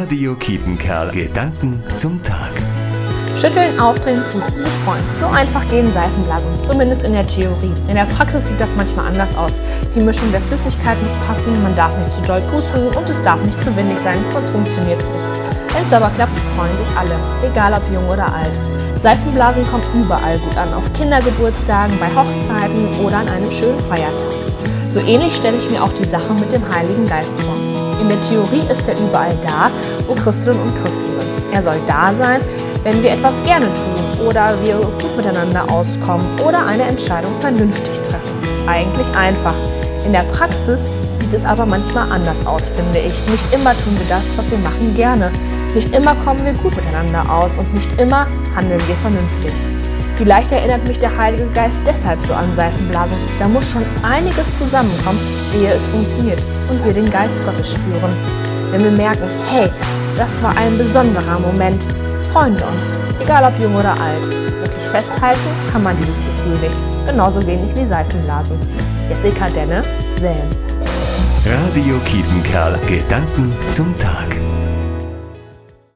Radio Kiepenkerl. Gedanken zum Tag. Schütteln, aufdrehen, pusten, sich freuen. So einfach gehen Seifenblasen, zumindest in der Theorie. In der Praxis sieht das manchmal anders aus. Die Mischung der Flüssigkeit muss passen, man darf nicht zu doll pusten und es darf nicht zu windig sein, sonst funktioniert es nicht. Wenn es aber klappt, freuen sich alle, egal ob jung oder alt. Seifenblasen kommen überall gut an, auf Kindergeburtstagen, bei Hochzeiten oder an einem schönen Feiertag. So ähnlich stelle ich mir auch die Sache mit dem Heiligen Geist vor. In der Theorie ist er überall da, wo Christinnen und Christen sind. Er soll da sein, wenn wir etwas gerne tun oder wir gut miteinander auskommen oder eine Entscheidung vernünftig treffen. Eigentlich einfach. In der Praxis sieht es aber manchmal anders aus, finde ich. Nicht immer tun wir das, was wir machen, gerne. Nicht immer kommen wir gut miteinander aus und nicht immer handeln wir vernünftig. Vielleicht erinnert mich der Heilige Geist deshalb so an Seifenblasen. Da muss schon einiges zusammenkommen, ehe es funktioniert und wir den Geist Gottes spüren. Wenn wir merken, hey, das war ein besonderer Moment, freuen wir uns, egal ob jung oder alt. Wirklich festhalten kann man dieses Gefühl nicht, genauso wenig wie Seifenblasen. Jessica Denne, Selm. Radio Kiepenkerl. Gedanken zum Tag.